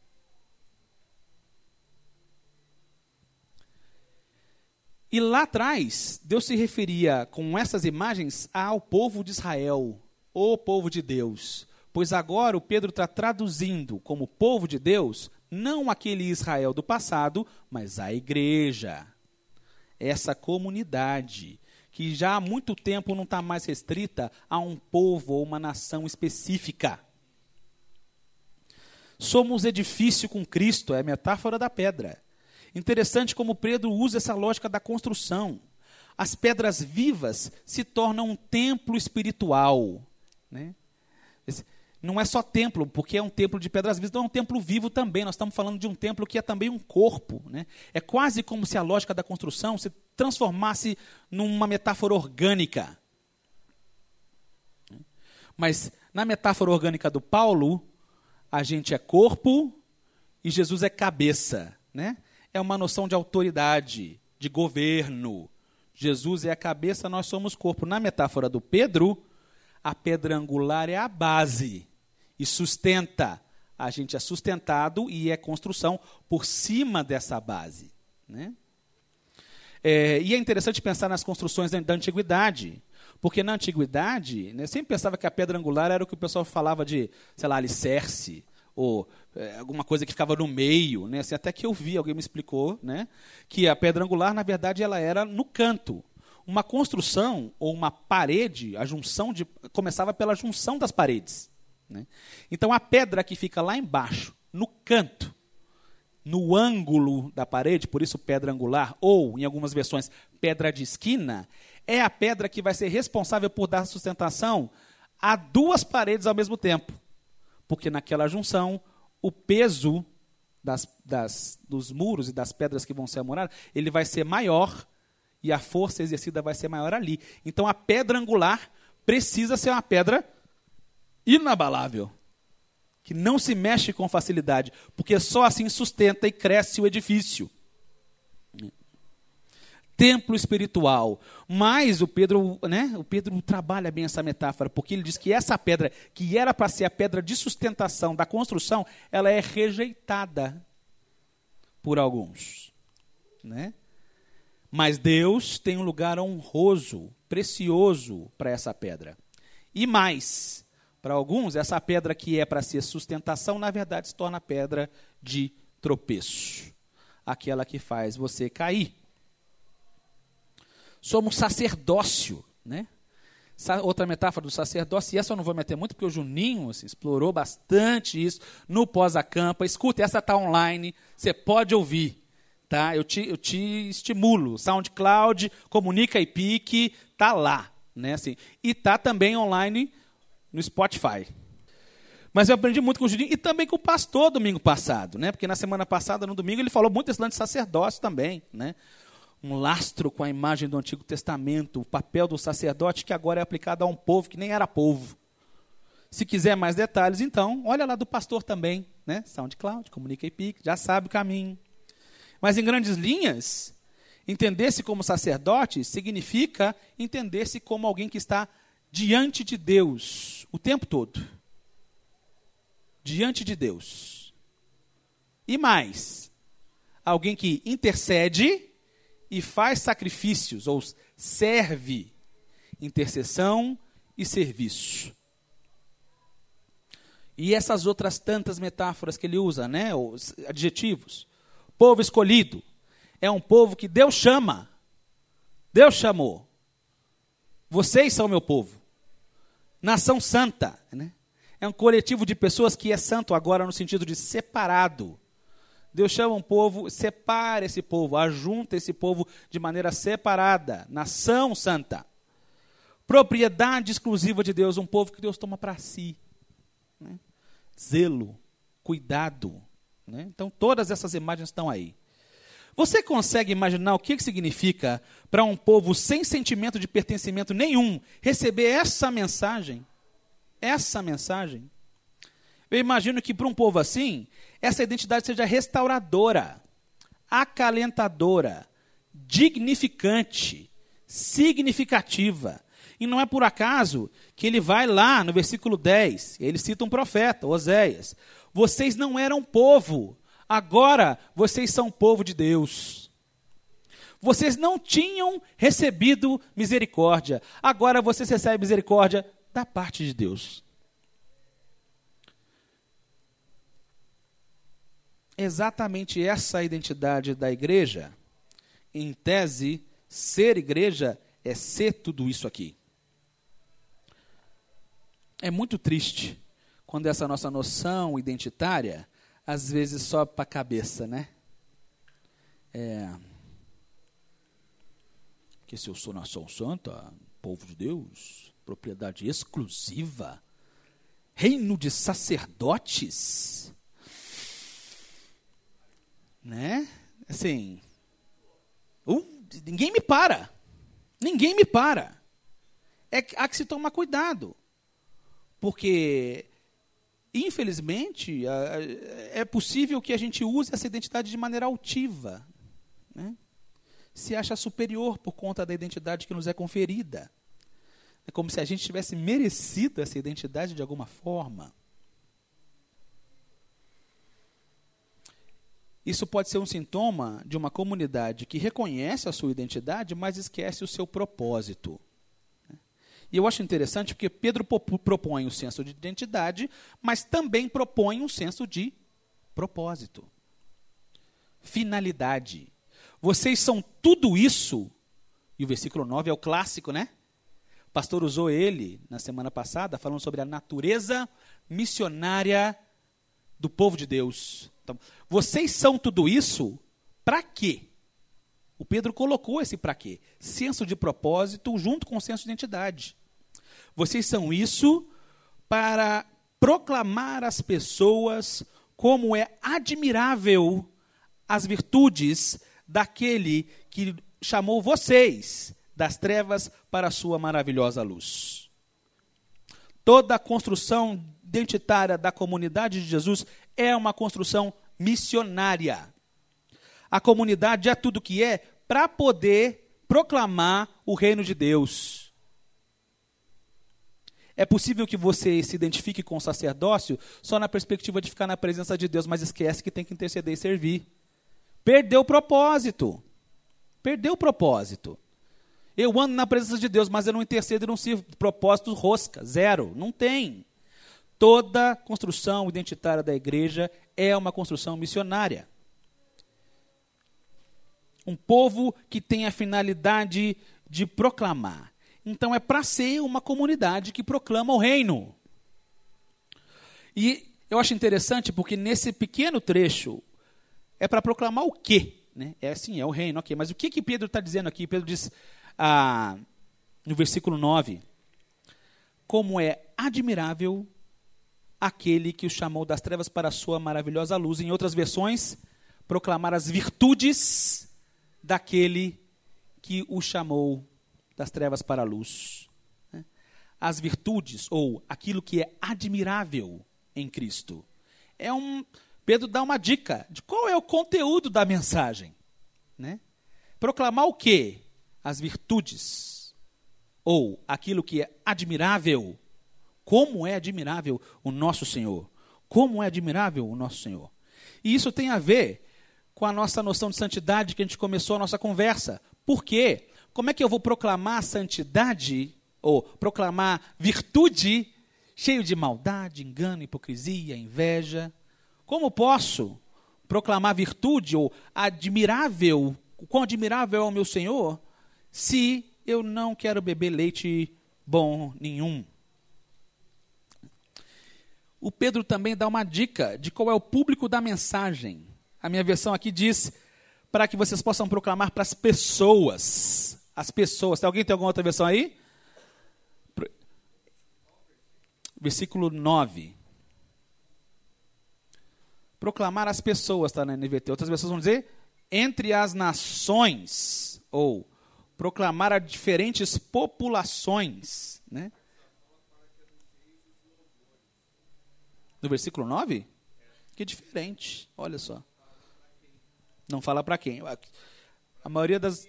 E lá atrás, Deus se referia com essas imagens ao povo de Israel, o povo de Deus. Pois agora o Pedro está traduzindo como povo de Deus, não aquele Israel do passado, mas a igreja. Essa comunidade, que já há muito tempo não está mais restrita a um povo ou uma nação específica. Somos edifício com Cristo, é a metáfora da pedra. Interessante como Pedro usa essa lógica da construção. As pedras vivas se tornam um templo espiritual, né? Não é só templo, porque é um templo de pedras vivas, não é um templo vivo também. Nós estamos falando de um templo que é também um corpo, né? É quase como se a lógica da construção se transformasse numa metáfora orgânica. Mas na metáfora orgânica do Paulo, a gente é corpo e Jesus é cabeça, né? É uma noção de autoridade, de governo. Jesus é a cabeça, nós somos corpo. Na metáfora do Pedro, a pedra angular é a base e sustenta. A gente é sustentado e é construção por cima dessa base, né? E é interessante pensar nas construções da antiguidade, porque na antiguidade, né, eu sempre pensava que a pedra angular era o que o pessoal falava de, sei lá, alicerce, ou alguma coisa que ficava no meio, né? Assim, até que eu vi, alguém me explicou, né, que a pedra angular, na verdade, ela era no canto. Uma construção ou uma parede, começava pela junção das paredes, né? Então, a pedra que fica lá embaixo, no canto, no ângulo da parede, por isso pedra angular, ou, em algumas versões, pedra de esquina, é a pedra que vai ser responsável por dar sustentação a duas paredes ao mesmo tempo. Porque naquela junção, o peso dos muros e das pedras que vão ser amoradas, ele vai ser maior e a força exercida vai ser maior ali. Então, a pedra angular precisa ser uma pedra inabalável, que não se mexe com facilidade, porque só assim sustenta e cresce o edifício. Templo espiritual. Mas o Pedro trabalha bem essa metáfora, porque ele diz que essa pedra, que era para ser a pedra de sustentação da construção, ela é rejeitada por alguns, né? Mas Deus tem um lugar honroso, precioso para essa pedra. E mais, para alguns, essa pedra que é para ser sustentação, na verdade, se torna pedra de tropeço. Aquela que faz você cair. Somos sacerdócio, né? Outra metáfora do sacerdócio, e essa eu não vou meter muito, porque o Juninho explorou bastante isso no pós-acampa. Escuta, essa está online, você pode ouvir, tá? Eu te estimulo. SoundCloud, Comunica e Pique, está lá, né? Assim, e está também online no Spotify. Mas eu aprendi muito com o Juninho e também com o pastor domingo passado, né? Porque na semana passada, no domingo, ele falou muito desse lance de sacerdócio também, né? Um lastro com a imagem do Antigo Testamento, o papel do sacerdote que agora é aplicado a um povo que nem era povo. Se quiser mais detalhes, então, olha lá do pastor também, né? SoundCloud, Comunica e Pique, já sabe o caminho. Mas em grandes linhas, entender-se como sacerdote significa entender-se como alguém que está diante de Deus o tempo todo. Diante de Deus. E mais, alguém que intercede e faz sacrifícios, ou serve, intercessão e serviço. E essas outras tantas metáforas que ele usa, né, os adjetivos. Povo escolhido é um povo que Deus chama. Deus chamou. Vocês são meu povo. Nação santa, né? É um coletivo de pessoas que é santo agora no sentido de separado. Deus chama um povo, separa esse povo, ajunta esse povo de maneira separada. Nação santa. Propriedade exclusiva de Deus, um povo que Deus toma para si. Né? Zelo, cuidado. Né? Então, todas essas imagens estão aí. Você consegue imaginar o que significa para um povo sem sentimento de pertencimento nenhum receber essa mensagem? Essa mensagem? Eu imagino que para um povo assim, essa identidade seja restauradora, acalentadora, dignificante, significativa. E não é por acaso que ele vai lá no versículo 10, ele cita um profeta, Oséias. Vocês não eram povo, agora vocês são povo de Deus. Vocês não tinham recebido misericórdia, agora vocês recebem misericórdia da parte de Deus. Exatamente essa identidade da igreja, em tese, ser igreja é ser tudo isso aqui. É muito triste quando essa nossa noção identitária, às vezes, sobe para a cabeça, né? Que se eu sou nação santa, povo de Deus, propriedade exclusiva, reino de sacerdotes, né? Assim, ninguém me para. Ninguém me para. Há que se tomar cuidado. Porque, infelizmente, é possível que a gente use essa identidade de maneira altiva. Né? Se acha superior por conta da identidade que nos é conferida. É como se a gente tivesse merecido essa identidade de alguma forma. Isso pode ser um sintoma de uma comunidade que reconhece a sua identidade, mas esquece o seu propósito. E eu acho interessante porque Pedro propõe um senso de identidade, mas também propõe um senso de propósito. Finalidade. Vocês são tudo isso, e o versículo 9 é o clássico, né? O pastor usou ele na semana passada, falando sobre a natureza missionária do povo de Deus. Então, vocês são tudo isso para quê? O Pedro colocou esse para quê? Senso de propósito junto com o senso de identidade. Vocês são isso para proclamar às pessoas como é admirável as virtudes daquele que chamou vocês das trevas para a sua maravilhosa luz. Toda a construção identitária da comunidade de Jesus é uma construção missionária. A comunidade é tudo que é para poder proclamar o reino de Deus. É possível que você se identifique com o sacerdócio só na perspectiva de ficar na presença de Deus, mas esquece que tem que interceder e servir. Perdeu o propósito. Perdeu o propósito. Eu ando na presença de Deus, mas eu não intercedo e não sirvo. Propósito rosca, zero. Não tem. Toda construção identitária da igreja é uma construção missionária. Um povo que tem a finalidade de proclamar. Então é para ser uma comunidade que proclama o reino. E eu acho interessante porque nesse pequeno trecho é para proclamar o quê? Né? É assim, é o reino, ok. Mas o que Pedro está dizendo aqui? Pedro diz no versículo 9, como é admirável aquele que o chamou das trevas para a sua maravilhosa luz. Em outras versões, proclamar as virtudes daquele que o chamou das trevas para a luz. As virtudes, ou aquilo que é admirável em Cristo. Pedro dá uma dica de qual é o conteúdo da mensagem. Né? Proclamar o quê? As virtudes, ou aquilo que é admirável. Como é admirável o nosso Senhor. Como é admirável o nosso Senhor. E isso tem a ver com a nossa noção de santidade que a gente começou a nossa conversa. Por quê? Como é que eu vou proclamar santidade, ou proclamar virtude, cheio de maldade, engano, hipocrisia, inveja? Como posso proclamar virtude, ou admirável, o quão admirável é o meu Senhor, se eu não quero beber leite bom nenhum? O Pedro também dá uma dica de qual é o público da mensagem. A minha versão aqui diz, para que vocês possam proclamar para as pessoas. As pessoas. Alguém tem alguma outra versão aí? Versículo 9. Proclamar as pessoas, está na NVT. Outras versões vão dizer, entre as nações, ou proclamar a diferentes populações. Né? No versículo 9? Que diferente, olha só. Não fala para quem. A maioria das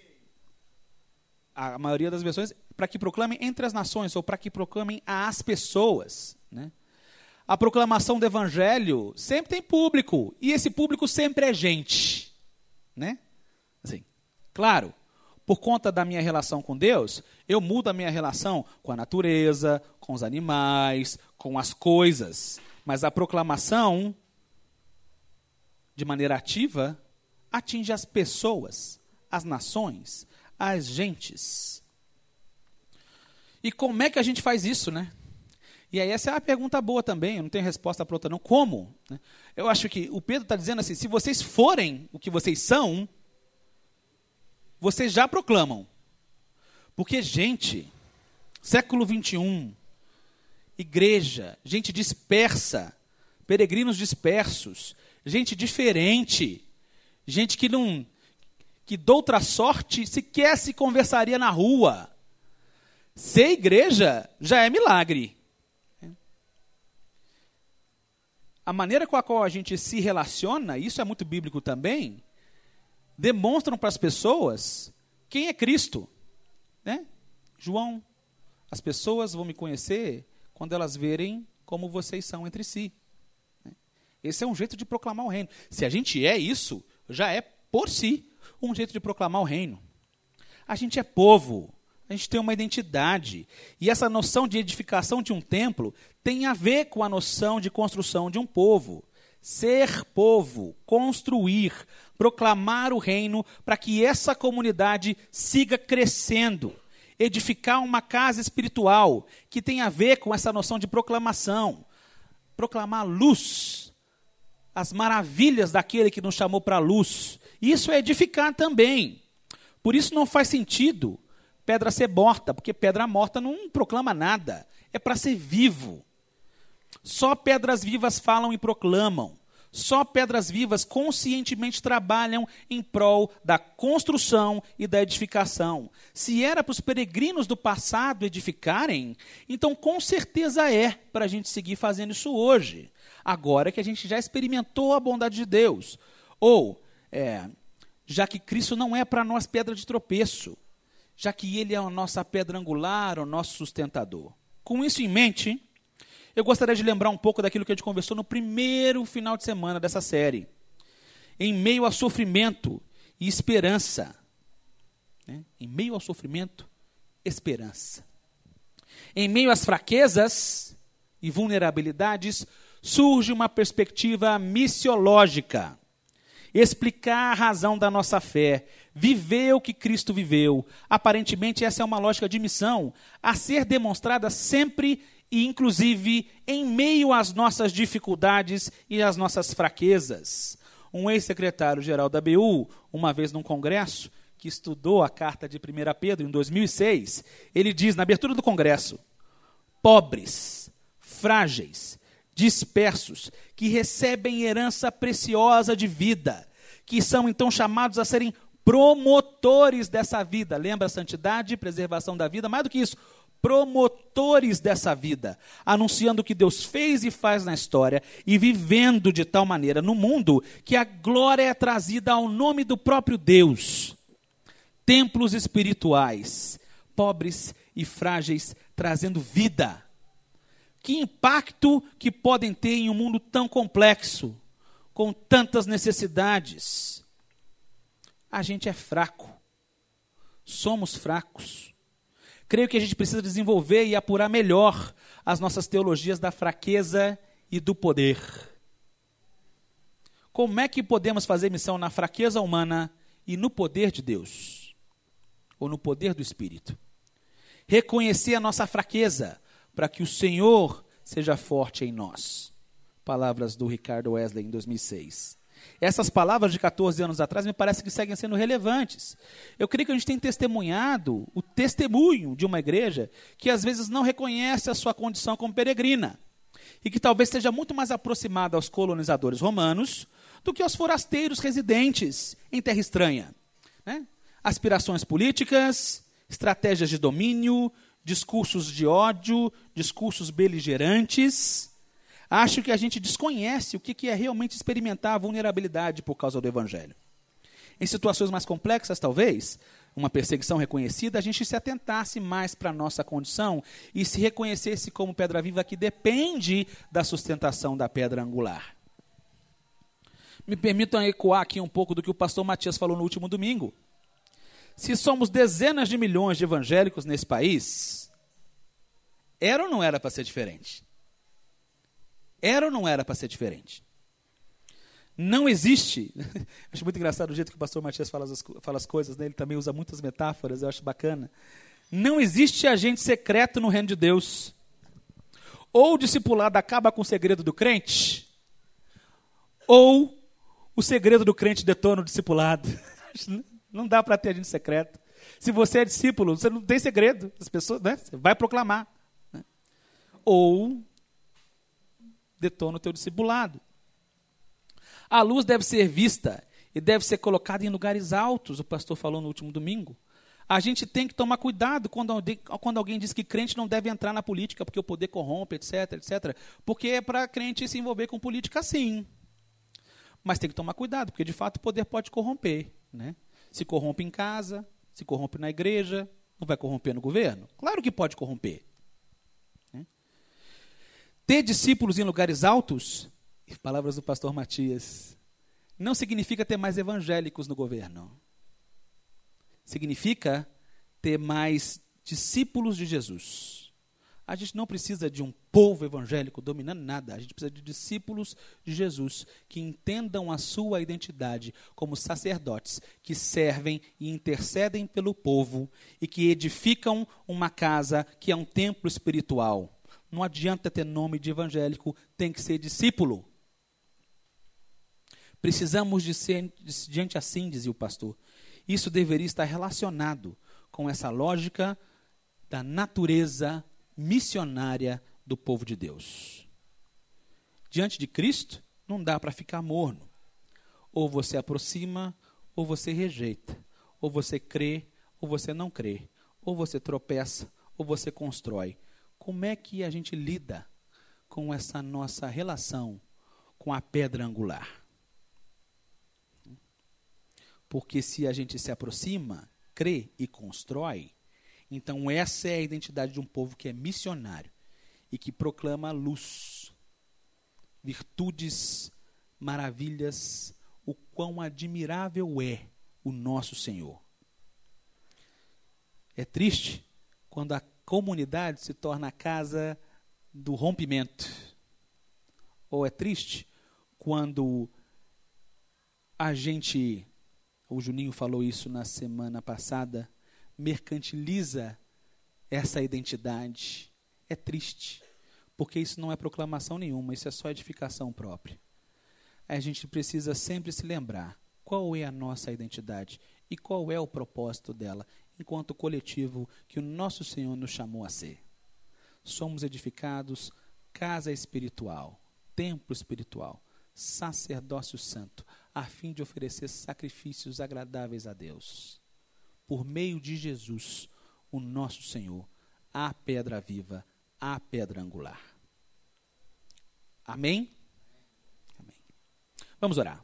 versões, para que proclamem entre as nações, ou para que proclamem às pessoas. Né? A proclamação do evangelho sempre tem público, e esse público sempre é gente. Né? Assim, claro, por conta da minha relação com Deus, eu mudo a minha relação com a natureza, com os animais, com as coisas. Mas a proclamação, de maneira ativa, atinge as pessoas, as nações, as gentes. E como é que a gente faz isso, né? E aí essa é uma pergunta boa também, eu não tenho resposta para outra não. Como? Eu acho que o Pedro está dizendo assim, se vocês forem o que vocês são, vocês já proclamam. Porque, gente, século 21, igreja, gente dispersa, peregrinos dispersos, gente diferente, gente que de outra sorte sequer se conversaria na rua. Ser igreja já é milagre. A maneira com a qual a gente se relaciona, isso é muito bíblico também, demonstram para as pessoas quem é Cristo. Né? João, as pessoas vão me conhecer quando elas verem como vocês são entre si. Esse é um jeito de proclamar o reino. Se a gente é isso, já é, por si, um jeito de proclamar o reino. A gente é povo, a gente tem uma identidade. E essa noção de edificação de um templo tem a ver com a noção de construção de um povo. Ser povo, construir, proclamar o reino para que essa comunidade siga crescendo. Edificar uma casa espiritual que tem a ver com essa noção de proclamação. Proclamar a luz, as maravilhas daquele que nos chamou para a luz. Isso é edificar também. Por isso não faz sentido pedra ser morta, porque pedra morta não proclama nada. É para ser vivo. Só pedras vivas falam e proclamam. Só pedras vivas conscientemente trabalham em prol da construção e da edificação. Se era para os peregrinos do passado edificarem, então com certeza é para a gente seguir fazendo isso hoje. Agora que a gente já experimentou a bondade de Deus. Ou, já que Cristo não é para nós pedra de tropeço, já que Ele é a nossa pedra angular, o nosso sustentador. Com isso em mente, eu gostaria de lembrar um pouco daquilo que a gente conversou no primeiro final de semana dessa série. Em meio a sofrimento e esperança. Em meio ao sofrimento, esperança. Em meio às fraquezas e vulnerabilidades, surge uma perspectiva missiológica. Explicar a razão da nossa fé, viver o que Cristo viveu. Aparentemente, essa é uma lógica de missão a ser demonstrada sempre e, inclusive, em meio às nossas dificuldades e às nossas fraquezas. Um ex-secretário-geral da ABU, uma vez num congresso, que estudou a carta de 1 Pedro em 2006, ele diz, na abertura do congresso, pobres, frágeis, dispersos, que recebem herança preciosa de vida, que são então chamados a serem promotores dessa vida. Lembra a santidade e preservação da vida? Mais do que isso, promotores dessa vida, anunciando o que Deus fez e faz na história e vivendo de tal maneira no mundo que a glória é trazida ao nome do próprio Deus. Templos espirituais, pobres e frágeis, trazendo vida. Que impacto que podem ter em um mundo tão complexo, com tantas necessidades? A gente é fraco, somos fracos. Creio que a gente precisa desenvolver e apurar melhor as nossas teologias da fraqueza e do poder. Como é que podemos fazer missão na fraqueza humana e no poder de Deus? Ou no poder do Espírito? Reconhecer a nossa fraqueza, para que o Senhor seja forte em nós. Palavras do Ricardo Wesley em 2006. Essas palavras de 14 anos atrás me parece que seguem sendo relevantes. Eu creio que a gente tem testemunhado o testemunho de uma igreja que às vezes não reconhece a sua condição como peregrina e que talvez seja muito mais aproximada aos colonizadores romanos do que aos forasteiros residentes em terra estranha. Aspirações políticas, estratégias de domínio, discursos de ódio, discursos beligerantes. Acho que a gente desconhece o que é realmente experimentar a vulnerabilidade por causa do Evangelho. Em situações mais complexas, talvez, uma perseguição reconhecida, a gente se atentasse mais para a nossa condição e se reconhecesse como pedra viva que depende da sustentação da pedra angular. Me permitam ecoar aqui um pouco do que o pastor Matias falou no último domingo. Se somos dezenas de milhões de evangélicos nesse país, era ou não era para ser diferente? Era ou não era para ser diferente? Não existe, acho muito engraçado o jeito que o pastor Matias fala as coisas, né? Ele também usa muitas metáforas, eu acho bacana. Não existe agente secreto no reino de Deus. Ou o discipulado acaba com o segredo do crente, ou o segredo do crente detona o discipulado. Não dá para ter agente secreto. Se você é discípulo, você não tem segredo. As pessoas, você vai proclamar. Ou detona o teu discipulado. A luz deve ser vista e deve ser colocada em lugares altos, o pastor falou no último domingo. A gente tem que tomar cuidado quando alguém diz que crente não deve entrar na política porque o poder corrompe, etc, etc. Porque é para crente se envolver com política, sim. Mas tem que tomar cuidado, porque de fato o poder pode corromper. Se corrompe em casa, se corrompe na igreja, não vai corromper no governo? Claro que pode corromper. Ter discípulos em lugares altos palavras do pastor Matias, não significa ter mais evangélicos no governo. Significa ter mais discípulos de Jesus. A gente não precisa de um povo evangélico dominando nada. A gente precisa de discípulos de Jesus que entendam a sua identidade como sacerdotes, que servem e intercedem pelo povo e que edificam uma casa que é um templo espiritual. Não adianta ter nome de evangélico, tem que ser discípulo. Precisamos de ser diante assim, dizia o pastor. Isso deveria estar relacionado com essa lógica da natureza missionária do povo de Deus. Diante de Cristo, não dá para ficar morno. Ou você aproxima, ou você rejeita. Ou você crê, ou você não crê. Ou você tropeça, ou você constrói. Como é que a gente lida com essa nossa relação com a pedra angular? Porque se a gente se aproxima, crê e constrói, então essa é a identidade de um povo que é missionário e que proclama luz, virtudes, maravilhas, o quão admirável é o nosso Senhor. É triste quando a comunidade se torna a casa do rompimento. Ou é triste quando a gente, o Juninho falou isso na semana passada, mercantiliza essa identidade. É triste, porque isso não é proclamação nenhuma, isso é só edificação própria. A gente precisa sempre se lembrar qual é a nossa identidade e qual é o propósito dela, enquanto coletivo que o nosso Senhor nos chamou a ser. Somos edificados casa espiritual, templo espiritual, sacerdócio santo, a fim de oferecer sacrifícios agradáveis a Deus. Por meio de Jesus, o nosso Senhor, a pedra viva, a pedra angular. Amém? Amém. Vamos orar.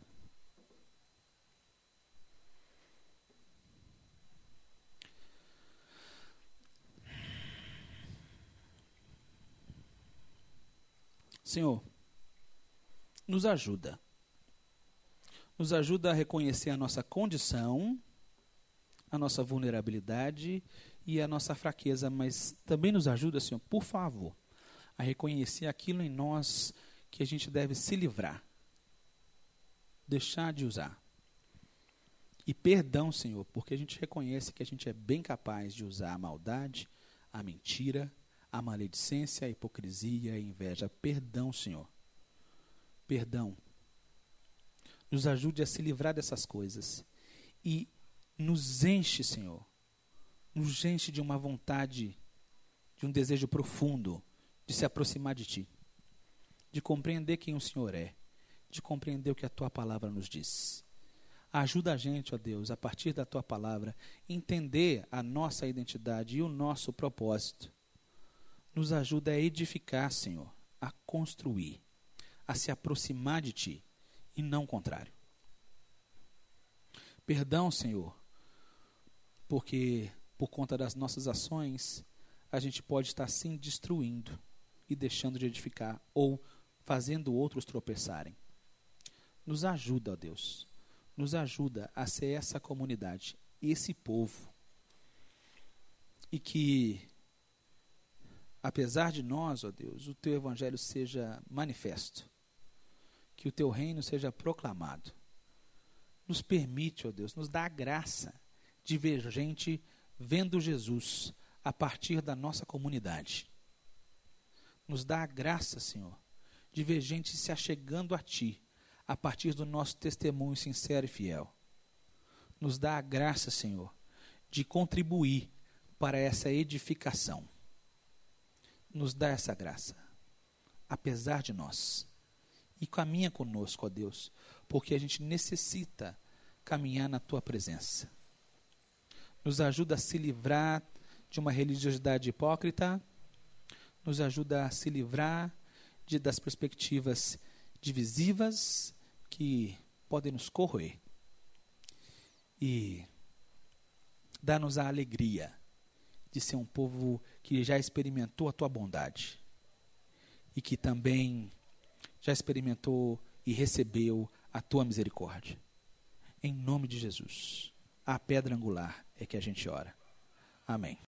Senhor, nos ajuda. Nos ajuda a reconhecer a nossa condição, a nossa vulnerabilidade e a nossa fraqueza, mas também nos ajuda, Senhor, por favor, a reconhecer aquilo em nós que a gente deve se livrar, deixar de usar. E perdão, Senhor, porque a gente reconhece que a gente é bem capaz de usar a maldade, a mentira, a maledicência, a hipocrisia, a inveja. Perdão, Senhor. Perdão. Nos ajude a se livrar dessas coisas. E nos enche, Senhor. Nos enche de uma vontade, de um desejo profundo de se aproximar de Ti. De compreender quem o Senhor é. De compreender o que a Tua palavra nos diz. Ajuda a gente, ó Deus, a partir da Tua palavra, entender a nossa identidade e o nosso propósito. Nos ajuda a edificar, Senhor, a construir, a se aproximar de Ti, e não o contrário. Perdão, Senhor, porque por conta das nossas ações, a gente pode estar sim destruindo e deixando de edificar, ou fazendo outros tropeçarem. Nos ajuda, ó Deus, nos ajuda a ser essa comunidade, esse povo, e que apesar de nós, ó Deus, o Teu Evangelho seja manifesto. Que o Teu reino seja proclamado. Nos permite, ó Deus, nos dá a graça de ver gente vendo Jesus a partir da nossa comunidade. Nos dá a graça, Senhor, de ver gente se achegando a Ti a partir do nosso testemunho sincero e fiel. Nos dá a graça, Senhor, de contribuir para essa edificação. Nos dá essa graça, apesar de nós. E caminha conosco, ó Deus, porque a gente necessita caminhar na Tua presença. Nos ajuda a se livrar de uma religiosidade hipócrita, nos ajuda a se livrar das perspectivas divisivas que podem nos corroer. E dá-nos a alegria de ser um povo que já experimentou a Tua bondade e que também já experimentou e recebeu a tua misericórdia. Em nome de Jesus, a pedra angular é que a gente ora. Amém.